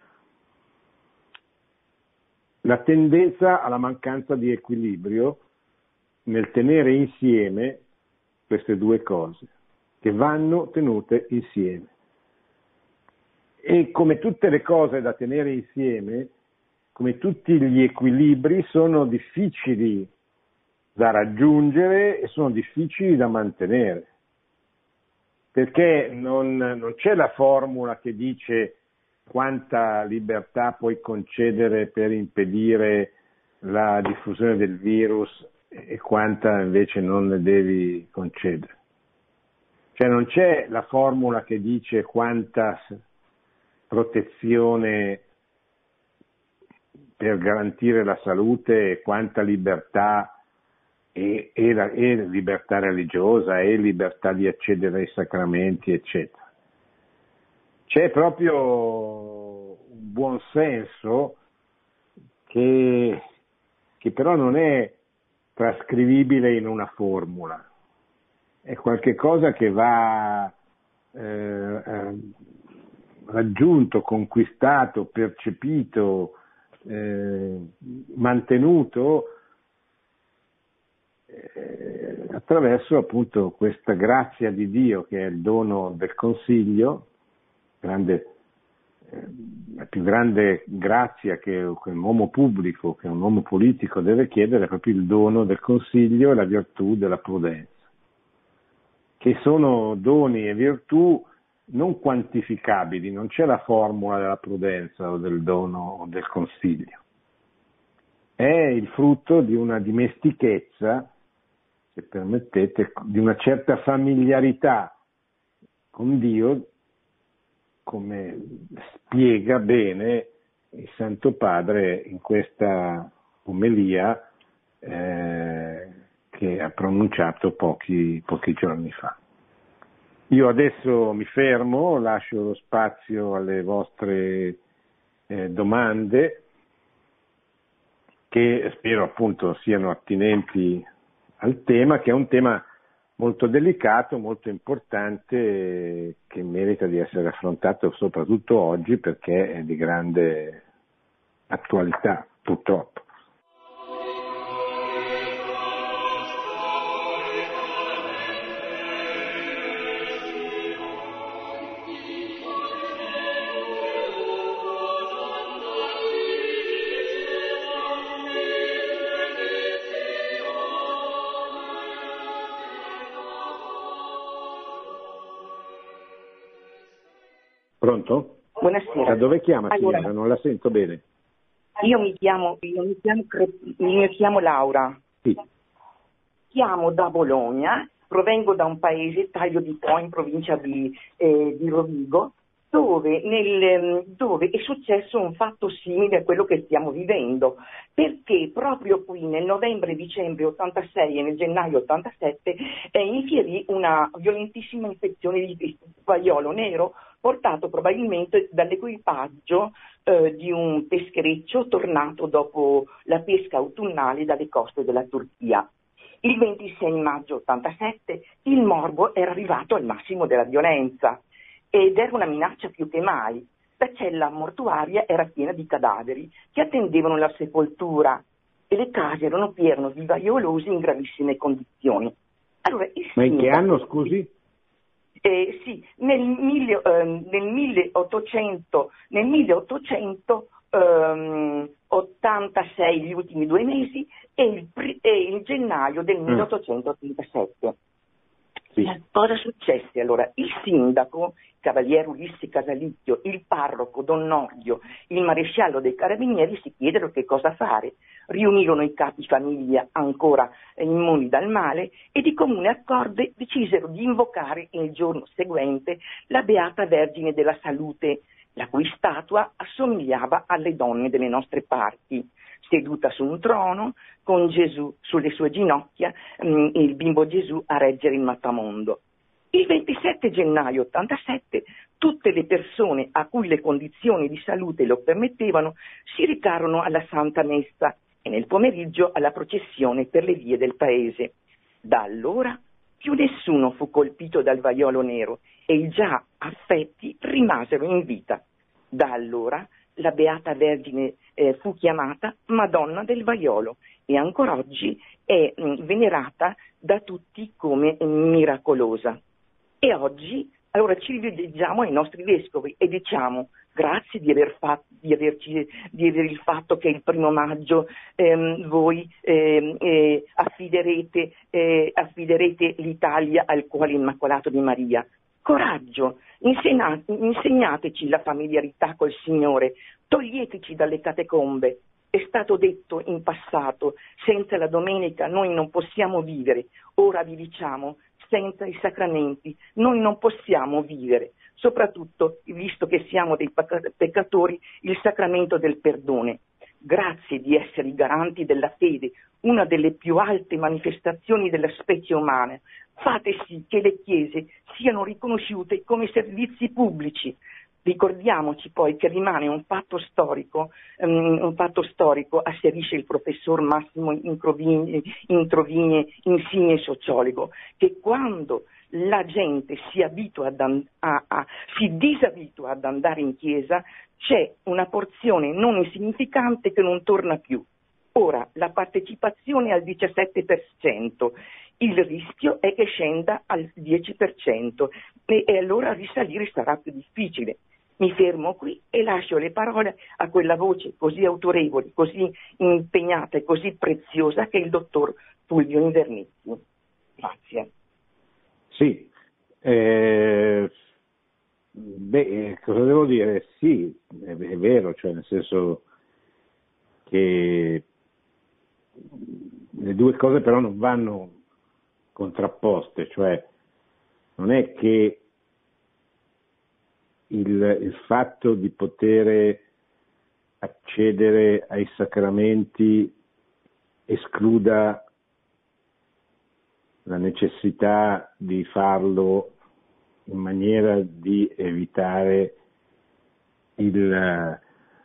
la tendenza alla mancanza di equilibrio nel tenere insieme queste due cose, che vanno tenute insieme. E come tutte le cose da tenere insieme, come tutti gli equilibri, sono difficili da raggiungere e sono difficili da mantenere, perché non, non c'è la formula che dice quanta libertà puoi concedere per impedire la diffusione del virus e quanta invece non ne devi concedere. Cioè non c'è la formula che dice quanta protezione per garantire la salute e quanta libertà e, e, la, e libertà religiosa e libertà di accedere ai sacramenti, eccetera. C'è proprio un buon senso che, che però non è trascrivibile in una formula, è qualche cosa che va eh, eh, raggiunto, conquistato, percepito, eh, mantenuto eh, attraverso appunto questa grazia di Dio che è il dono del consiglio. Grande, eh, la più grande grazia che, che un uomo pubblico, che un uomo politico deve chiedere è proprio il dono del consiglio e la virtù della prudenza, che sono doni e virtù non quantificabili, non c'è la formula della prudenza o del dono o del consiglio. È il frutto di una dimestichezza, se permettete, di una certa familiarità con Dio, come spiega bene il Santo Padre in questa omelia eh, che ha pronunciato pochi, pochi giorni fa. Io adesso mi fermo, lascio lo spazio alle vostre eh, domande, che spero appunto siano attinenti al tema, che è un tema molto delicato, molto importante, che merita di essere affrontato soprattutto oggi perché è di grande attualità, purtroppo. Pronto? Buonasera. Da dove chiama, allora, signora? Non la sento bene. Io mi chiamo, io mi chiamo, mi chiamo Laura. Sì. Chiamo da Bologna, provengo da un paese, Taglio di Po, in provincia di, eh, di Rovigo, dove, nel, dove è successo un fatto simile a quello che stiamo vivendo, perché proprio qui nel novembre-dicembre ottantasei e nel gennaio ottantasette eh, infierì una violentissima infezione di vaiolo nero portato probabilmente dall'equipaggio eh, di un peschereccio tornato dopo la pesca autunnale dalle coste della Turchia. Il ventisei maggio ottantasette il morbo era arrivato al massimo della violenza ed era una minaccia più che mai. La cella mortuaria era piena di cadaveri che attendevano la sepoltura e le case erano piene di vaiolosi in gravissime condizioni. Allora, Ma in che sindaco, anno, scusi? Eh, sì, nel, mille, eh, nel milleottocento, nel milleottocentottantasei, gli ultimi due mesi, e il, e il gennaio del milleottocentottantasette. Sì. Cosa successe allora? Il sindaco, cavaliere Ulisse Casalicchio, il parroco Don Nordio, il maresciallo dei carabinieri si chiedero che cosa fare. Riunirono i capi famiglia ancora immuni dal male e di comune accordo decisero di invocare il giorno seguente la Beata Vergine della Salute, la cui statua assomigliava alle donne delle nostre parti, seduta su un trono, con Gesù sulle sue ginocchia, mh, il bimbo Gesù a reggere il mappamondo. Il ventisette gennaio ottantasette tutte le persone a cui le condizioni di salute lo permettevano si recarono alla Santa Messa e nel pomeriggio alla processione per le vie del paese. Da allora più nessuno fu colpito dal vaiolo nero e i già affetti rimasero in vita. Da allora la Beata Vergine eh, fu chiamata Madonna del Vaiolo e ancora oggi è mh, venerata da tutti come miracolosa. E oggi allora ci rivolgiamo ai nostri vescovi e diciamo grazie di aver fatto, di averci, di aver il fatto che il primo maggio ehm, voi ehm, eh, affiderete, eh, affiderete l'Italia al cuore immacolato di Maria. Coraggio, insegna, insegnateci la familiarità col Signore, toglieteci dalle catacombe. È stato detto in passato, senza la domenica noi non possiamo vivere, ora vi diciamo, senza i sacramenti noi non possiamo vivere, soprattutto, visto che siamo dei peccatori, il sacramento del perdone. Grazie di essere i garanti della fede, una delle più alte manifestazioni della specie umana. Fate sì che le chiese siano riconosciute come servizi pubblici. Ricordiamoci poi che rimane un fatto storico, um, un fatto storico, asserisce il professor Massimo Introvigne, Introvigne insigne sociologo, che quando la gente si, abitua ad and- a, a, si disabitua ad andare in chiesa, c'è una porzione non insignificante che non torna più. Ora la partecipazione è al diciassette per cento, il rischio è che scenda al dieci per cento e, e allora risalire sarà più difficile. Mi fermo qui e lascio le parole a quella voce così autorevole, così impegnata e così preziosa che è il dottor Fulvio Invernizzi. Grazie. Sì, eh, beh, cosa devo dire? Sì, è, è vero, cioè nel senso che le due cose però non vanno contrapposte, cioè non è che il, il fatto di poter accedere ai sacramenti escluda la necessità di farlo in maniera di evitare il,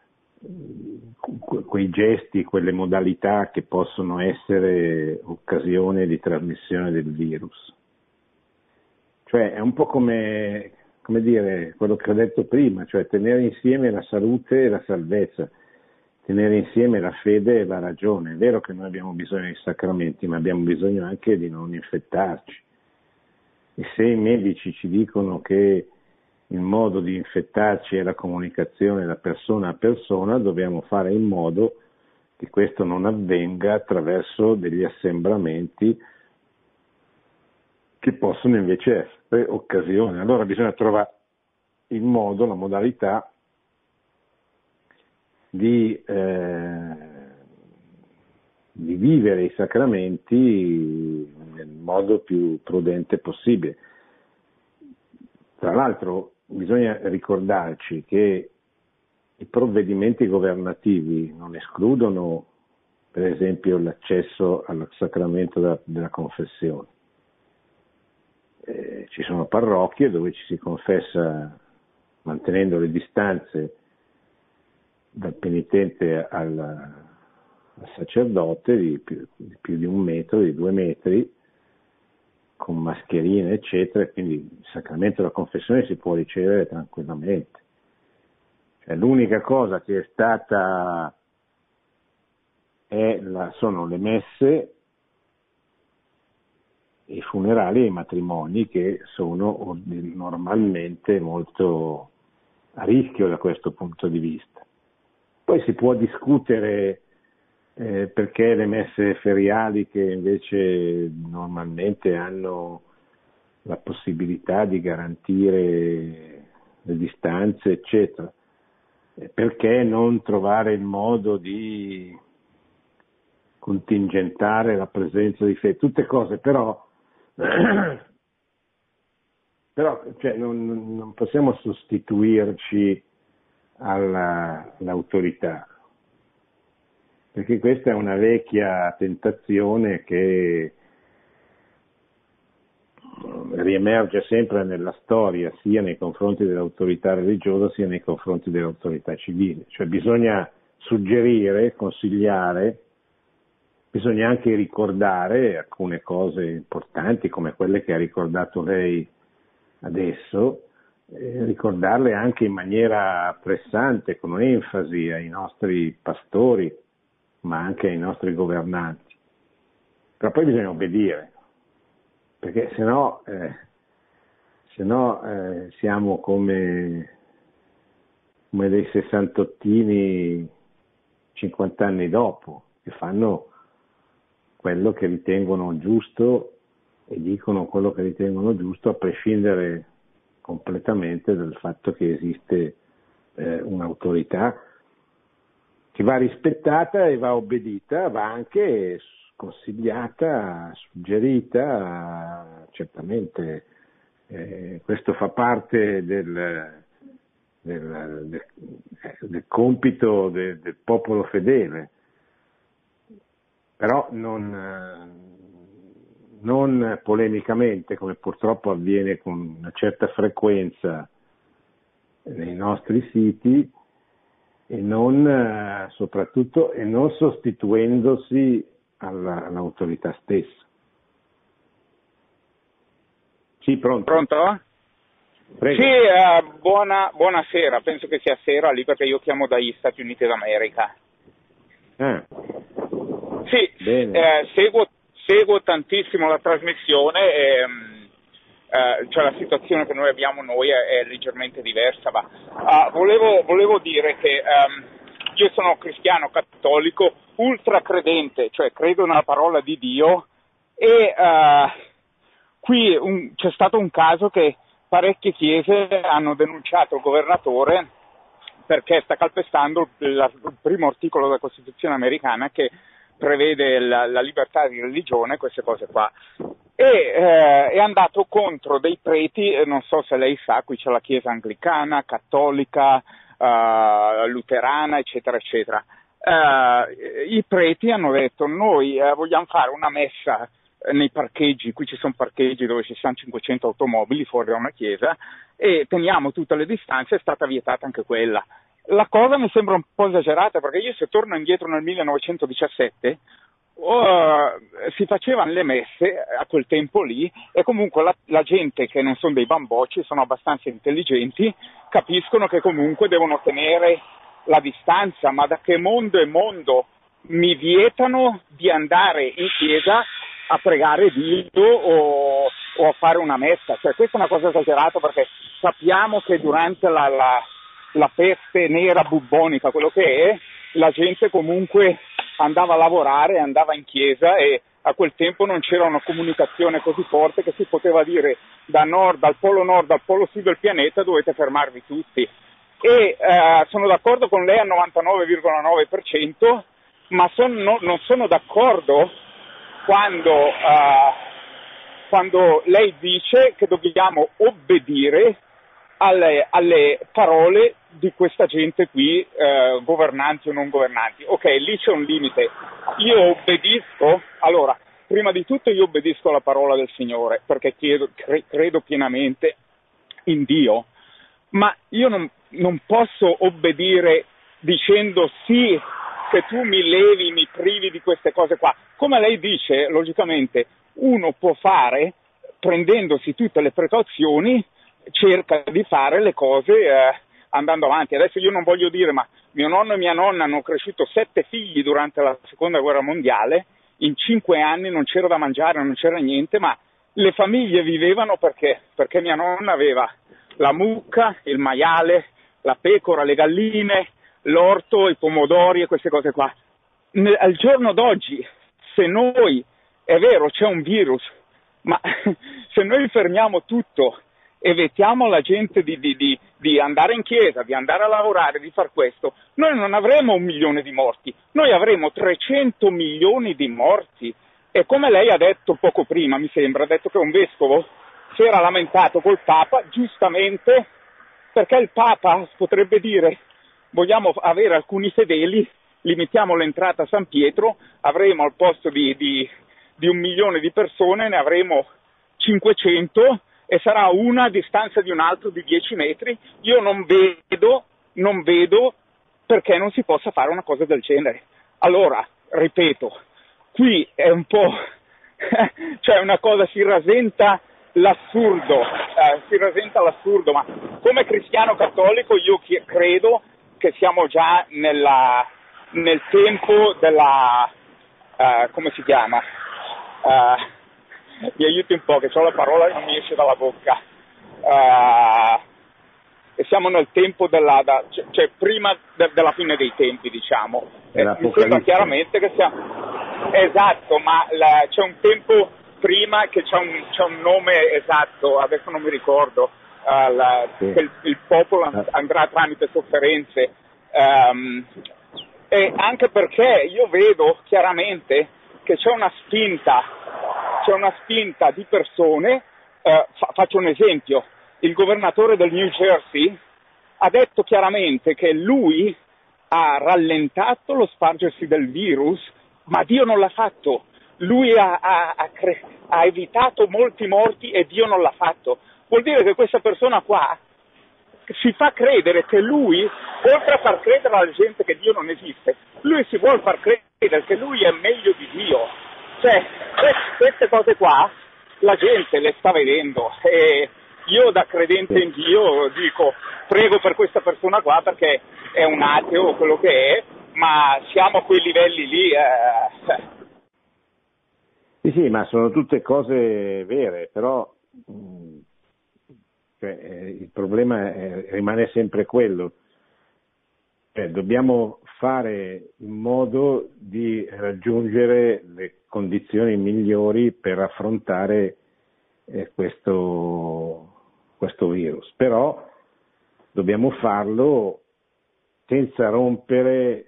quei gesti, quelle modalità che possono essere occasione di trasmissione del virus. Cioè è un po' come, come dire, quello che ho detto prima, cioè tenere insieme la salute e la salvezza, tenere insieme la fede e la ragione. È vero che noi abbiamo bisogno dei sacramenti, ma abbiamo bisogno anche di non infettarci. E se i medici ci dicono che il modo di infettarci è la comunicazione da persona a persona, dobbiamo fare in modo che questo non avvenga attraverso degli assembramenti che possono invece essere occasione. Allora bisogna trovare il modo, la modalità di, eh, di vivere i sacramenti nel modo più prudente possibile. Tra l'altro bisogna ricordarci che i provvedimenti governativi non escludono, per esempio, l'accesso al sacramento della, della confessione. Eh, ci sono parrocchie dove ci si confessa mantenendo le distanze dal penitente al, al sacerdote di più, di più di un metro, di due metri, con mascherine, eccetera, quindi il sacramento della confessione si può ricevere tranquillamente. Cioè, l'unica cosa che è stata è la, sono le messe, i funerali e i matrimoni, che sono normalmente molto a rischio da questo punto di vista. Poi si può discutere eh, perché le messe feriali, che invece normalmente hanno la possibilità di garantire le distanze, eccetera, perché non trovare il modo di contingentare la presenza di fede, tutte cose, però, però cioè, non, non possiamo sostituirci alla, all'autorità, perché questa è una vecchia tentazione che riemerge sempre nella storia, sia nei confronti dell'autorità religiosa sia nei confronti dell'autorità civile. Cioè bisogna suggerire, consigliare, bisogna anche ricordare alcune cose importanti come quelle che ha ricordato lei adesso, eh, ricordarle anche in maniera pressante, con enfasi ai nostri pastori, ma anche ai nostri governanti. Però poi bisogna obbedire, perché se no, eh, se no eh, siamo come, come dei sessantottini cinquanta anni dopo, che fanno quello che ritengono giusto e dicono quello che ritengono giusto, a prescindere completamente dal fatto che esiste eh, un'autorità che va rispettata e va obbedita, va anche consigliata, suggerita, certamente eh, questo fa parte del, del, del, del compito del, del popolo fedele, però non, non polemicamente, come purtroppo avviene con una certa frequenza nei nostri siti, e non soprattutto e non sostituendosi alla, all'autorità stessa. Sì, pronto? Pronto? Prego. Sì, eh, buona, buonasera, penso che sia sera lì perché io chiamo dagli Stati Uniti d'America. Ah. Sì, eh, seguo, seguo tantissimo la trasmissione e eh, cioè la situazione che noi abbiamo noi è, è leggermente diversa, ma uh, volevo, volevo dire che um, io sono cristiano cattolico ultra credente, cioè credo nella parola di Dio, e uh, qui un, c'è stato un caso che parecchie chiese hanno denunciato il governatore perché sta calpestando il, il primo articolo della Costituzione americana che prevede la, la libertà di religione, queste cose qua, e eh, è andato contro dei preti, non so se lei sa, qui c'è la chiesa anglicana, cattolica, uh, luterana, eccetera, eccetera. Uh, I preti hanno detto: noi uh, vogliamo fare una messa nei parcheggi, qui ci sono parcheggi dove ci sono cinquecento automobili fuori da una chiesa, e teniamo tutte le distanze, è stata vietata anche quella. La cosa mi sembra un po' esagerata, perché io se torno indietro nel millenovecentodiciassette uh, si facevano le messe a quel tempo lì, e comunque la, la gente, che non sono dei bambocci, sono abbastanza intelligenti, capiscono che comunque devono tenere la distanza. Ma da che mondo è mondo mi vietano di andare in chiesa a pregare Dio o, o a fare una messa? Cioè, questa è una cosa esagerata, perché sappiamo che durante la, la la peste nera bubbonica, quello che è, la gente comunque andava a lavorare, andava in chiesa, e a quel tempo non c'era una comunicazione così forte che si poteva dire da nord, dal polo nord al polo sud del pianeta dovete fermarvi tutti. E eh, sono d'accordo con lei al novantanove virgola nove per cento, ma son, no, non sono d'accordo quando, eh, quando lei dice che dobbiamo obbedire alle, alle parole di questa gente qui, eh, governanti o non governanti. Ok, lì c'è un limite. Io obbedisco, allora, prima di tutto io obbedisco alla parola del Signore, perché chiedo, cre, credo pienamente in Dio, ma io non, non posso obbedire dicendo sì, se tu mi levi, mi privi di queste cose qua. Come lei dice, logicamente, uno può fare, prendendosi tutte le precauzioni, cerca di fare le cose eh, andando avanti. Adesso io non voglio dire, ma mio nonno e mia nonna hanno cresciuto sette figli durante la seconda guerra mondiale, in cinque anni non c'era da mangiare, non c'era niente, ma le famiglie vivevano perché? Perché mia nonna aveva la mucca, il maiale, la pecora, le galline, l'orto, i pomodori e queste cose qua. Al giorno d'oggi, se noi, è vero, c'è un virus, ma se noi fermiamo tutto e vietiamo alla gente di, di, di, di andare in chiesa, di andare a lavorare, di far questo, noi non avremo un milione di morti, noi avremo trecento milioni di morti. E come lei ha detto poco prima, mi sembra, ha detto che un vescovo si era lamentato col Papa, giustamente, perché il Papa potrebbe dire vogliamo avere alcuni fedeli, limitiamo l'entrata a San Pietro, avremo al posto di, di, di un milione di persone, ne avremo cinquecento e sarà una a distanza di un altro di dieci metri. Io non vedo, non vedo perché non si possa fare una cosa del genere. Allora, ripeto, qui è un po', cioè una cosa, si rasenta l'assurdo, eh, si rasenta l'assurdo, ma come cristiano cattolico io chi- credo che siamo già nella, nel tempo della, uh, come si chiama, uh, mi aiuti un po' che ho la parola che non mi esce dalla bocca, uh, e siamo nel tempo della, da, cioè, cioè prima de, della fine dei tempi, diciamo, e mi sembra chiaramente che siamo, esatto, ma la, c'è un tempo prima che c'è un, c'è un nome esatto, adesso non mi ricordo, uh, la, sì. che il, il popolo andrà tramite sofferenze, um, e anche perché io vedo chiaramente che c'è una spinta, c'è una spinta di persone, uh, fa, faccio un esempio, il governatore del New Jersey ha detto chiaramente che lui ha rallentato lo spargersi del virus, ma Dio non l'ha fatto. Lui ha, ha, ha, cre- ha evitato molti morti e Dio non l'ha fatto. Vuol dire che questa persona qua si fa credere che lui, oltre a far credere alla gente che Dio non esiste, lui si vuole far credere che lui è meglio di Dio. Cioè, queste cose qua la gente le sta vedendo e io da credente in Dio dico prego per questa persona qua perché è un ateo, quello che è, ma siamo a quei livelli lì. Eh. Sì, sì, ma sono tutte cose vere, però mh, cioè, eh, il problema è, rimane sempre quello. Cioè, dobbiamo fare in modo di raggiungere le condizioni migliori per affrontare eh, questo, questo virus, però dobbiamo farlo senza rompere,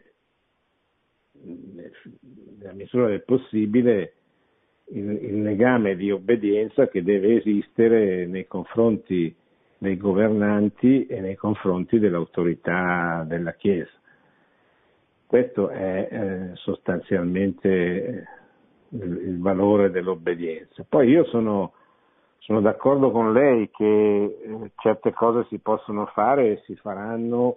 nella misura del possibile, il, il legame di obbedienza che deve esistere nei confronti dei governanti e nei confronti dell'autorità della Chiesa. Questo è eh, sostanzialmente il, il valore dell'obbedienza. Poi io sono, sono d'accordo con lei che eh, certe cose si possono fare e si faranno,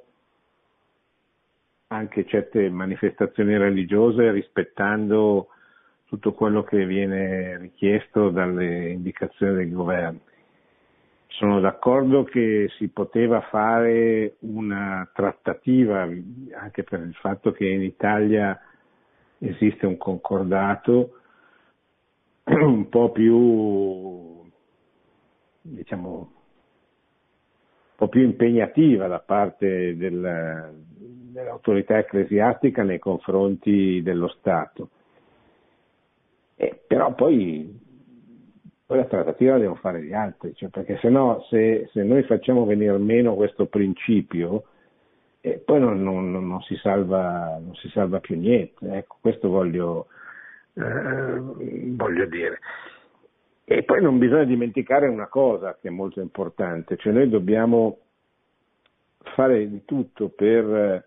anche certe manifestazioni religiose, rispettando tutto quello che viene richiesto dalle indicazioni del governo. Sono d'accordo che si poteva fare una trattativa, anche per il fatto che in Italia esiste un concordato un po' più, diciamo, un po' più impegnativa da parte del, dell'autorità ecclesiastica nei confronti dello Stato. E però poi, poi la trattativa la devono fare gli altri, cioè, perché se no, se, se noi facciamo venire meno questo principio, eh, poi non, non, non, si salva, non si salva più niente. Ecco, questo voglio, eh, voglio dire. E poi non bisogna dimenticare una cosa che è molto importante, cioè noi dobbiamo fare di tutto per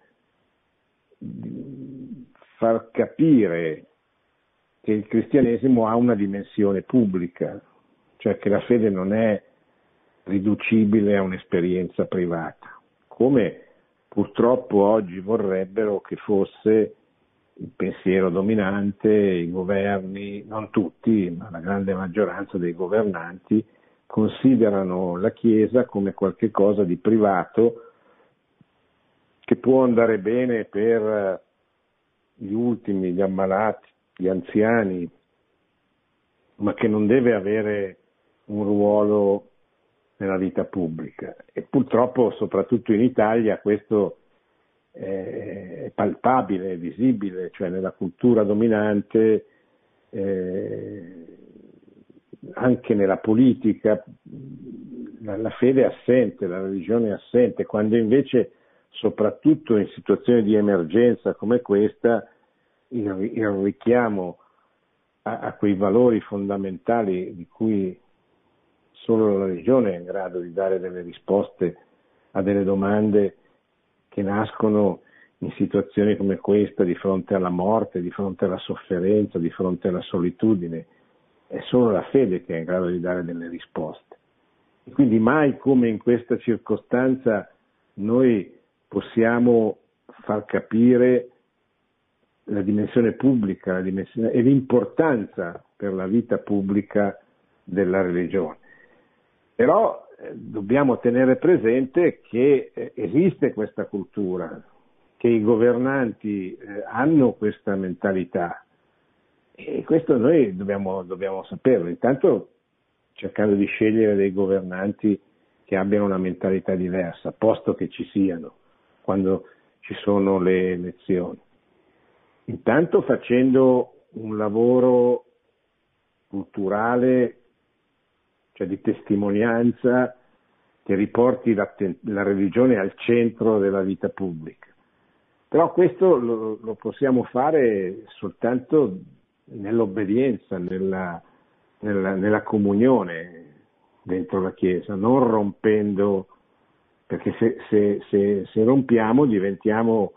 far capire che il cristianesimo ha una dimensione pubblica, cioè che la fede non è riducibile a un'esperienza privata, come purtroppo oggi vorrebbero che fosse il pensiero dominante, i governi, non tutti, ma la grande maggioranza dei governanti considerano la Chiesa come qualche cosa di privato che può andare bene per gli ultimi, gli ammalati, gli anziani, ma che non deve avere un ruolo nella vita pubblica. E purtroppo, soprattutto in Italia, questo è palpabile, è visibile, cioè nella cultura dominante, eh, anche nella politica, la, la fede è assente, la religione è assente, quando invece, soprattutto in situazioni di emergenza come questa, il, il richiamo a, a quei valori fondamentali di cui solo la religione è in grado di dare delle risposte a delle domande che nascono in situazioni come questa, di fronte alla morte, di fronte alla sofferenza, di fronte alla solitudine. È solo la fede che è in grado di dare delle risposte. E quindi mai come in questa circostanza noi possiamo far capire la dimensione pubblica, la dimensione e l'importanza per la vita pubblica della religione. Però eh, dobbiamo tenere presente che eh, esiste questa cultura, che i governanti eh, hanno questa mentalità, e questo noi dobbiamo, dobbiamo saperlo, intanto cercando di scegliere dei governanti che abbiano una mentalità diversa, posto che ci siano, quando ci sono le elezioni. Intanto facendo un lavoro culturale, cioè di testimonianza, che riporti la, la religione al centro della vita pubblica. Però questo lo, lo possiamo fare soltanto nell'obbedienza, nella, nella, nella comunione dentro la Chiesa, non rompendo, perché se, se, se, se rompiamo diventiamo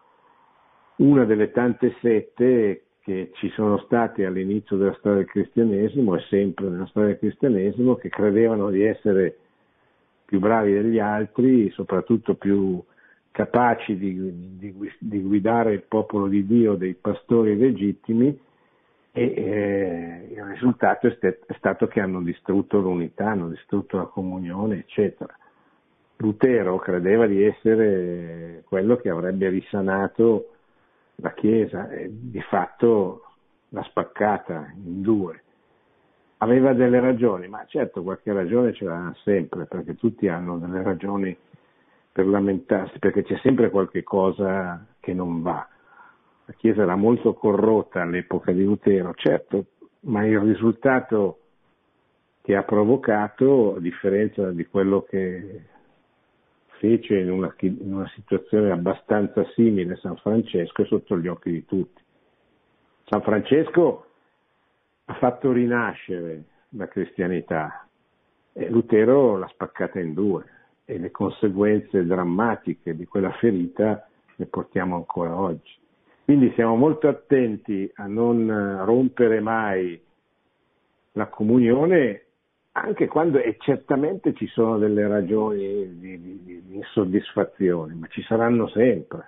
una delle tante sette che ci sono state all'inizio della storia del cristianesimo e sempre nella storia del cristianesimo, che credevano di essere più bravi degli altri, soprattutto più capaci di, di, di guidare il popolo di Dio, dei pastori legittimi, e eh, il risultato è, st- è stato che hanno distrutto l'unità, hanno distrutto la comunione, eccetera. Lutero credeva di essere quello che avrebbe risanato la Chiesa e di fatto l'ha spaccata in due. Aveva delle ragioni, ma certo qualche ragione ce l'ha sempre, perché tutti hanno delle ragioni per lamentarsi, perché c'è sempre qualche cosa che non va. La Chiesa era molto corrotta all'epoca di Lutero, certo, ma il risultato che ha provocato, a differenza di quello che fece in una, in una situazione abbastanza simile San Francesco, è sotto gli occhi di tutti. San Francesco ha fatto rinascere la cristianità e Lutero l'ha spaccata in due, e le conseguenze drammatiche di quella ferita le portiamo ancora oggi. Quindi siamo molto attenti a non rompere mai la comunione, anche quando, e certamente ci sono delle ragioni di, di, di insoddisfazione, ma ci saranno sempre.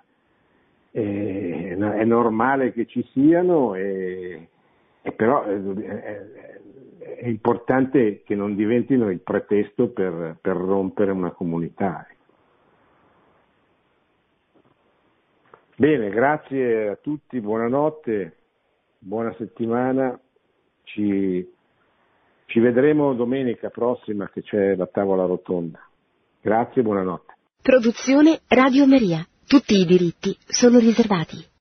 E, è normale che ci siano, e, e però è, è, è importante che non diventino il pretesto per, per rompere una comunità. Bene, grazie a tutti, buonanotte, buona settimana, ci, ci vedremo domenica prossima che c'è la tavola rotonda. Grazie, buonanotte. Produzione Radio Maria. Tutti i diritti sono riservati.